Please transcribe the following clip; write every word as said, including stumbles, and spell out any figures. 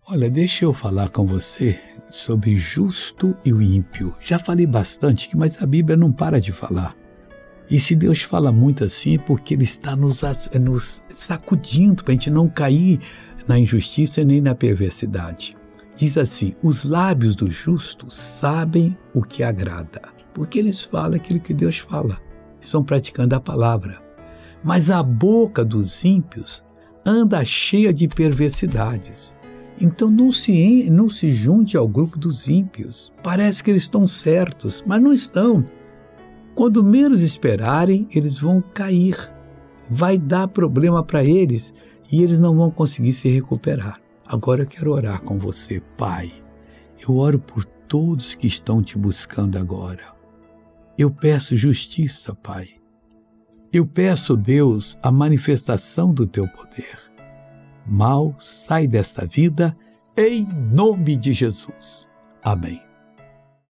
Olha, deixa eu falar com você sobre justo e o ímpio. Já falei bastante, mas a Bíblia não para de falar. E se Deus fala muito assim, é porque Ele está nos, nos sacudindo para a gente não cair na injustiça nem na perversidade. Diz assim: os lábios do justo sabem o que agrada, porque eles falam aquilo que Deus fala, estão praticando a palavra. Mas a boca dos ímpios anda cheia de perversidades. Então não se, não se junte ao grupo dos ímpios. Parece que eles estão certos, mas não estão. Quando menos esperarem, eles vão cair. Vai dar problema para eles e eles não vão conseguir se recuperar. Agora eu quero orar com você, Pai. Eu oro por todos que estão te buscando agora. Eu peço justiça, Pai. Eu peço, Deus, a manifestação do teu poder. Mal sai desta vida, em nome de Jesus. Amém.